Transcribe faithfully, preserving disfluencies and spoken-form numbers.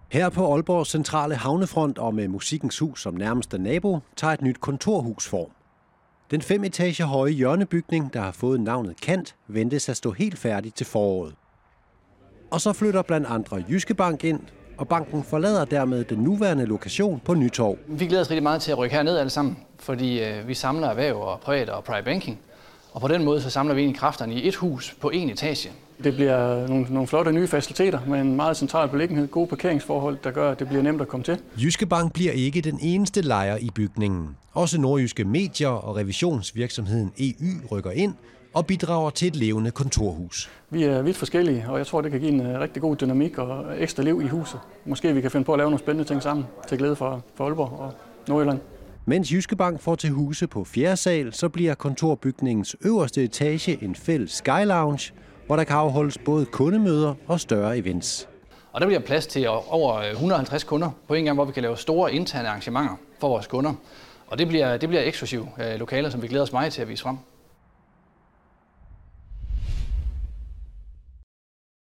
Her på Aalborgs centrale havnefront og med Musikkens Hus som nærmeste nabo, tager et nyt kontorhus form. Den fem etager høje hjørnebygning, der har fået navnet Kant, ventes at stå helt færdig til foråret. Og så flytter blandt andre Jyske Bank ind, og banken forlader dermed den nuværende lokation på Nytorv. Vi glæder os rigtig meget til at rykke herned alle sammen, fordi øh, vi samler erhverv og privat og private banking. Og på den måde så samler vi egentlig kræfterne i et hus på en etage. Det bliver nogle, nogle flotte nye faciliteter med en meget central beliggenhed, gode parkeringsforhold, der gør, at det bliver nemt at komme til. Jyske Bank bliver ikke den eneste lejer i bygningen. Også nordjyske medier og revisionsvirksomheden E Y rykker ind og bidrager til et levende kontorhus. Vi er vidt forskellige, og jeg tror, det kan give en rigtig god dynamik og ekstra liv i huset. Måske vi kan finde på at lave nogle spændende ting sammen til glæde for, for Aalborg og Nordjylland. Mens Jyske Bank får til huse på fjerde sal, så bliver kontorbygningens øverste etage en fælles Sky Lounge, hvor der kan afholdes både kundemøder og større events. Og der bliver plads til over et hundrede og halvtreds kunder på en gang, hvor vi kan lave store interne arrangementer for vores kunder. Og det bliver, det bliver eksklusive lokaler, som vi glæder os meget til at vise frem.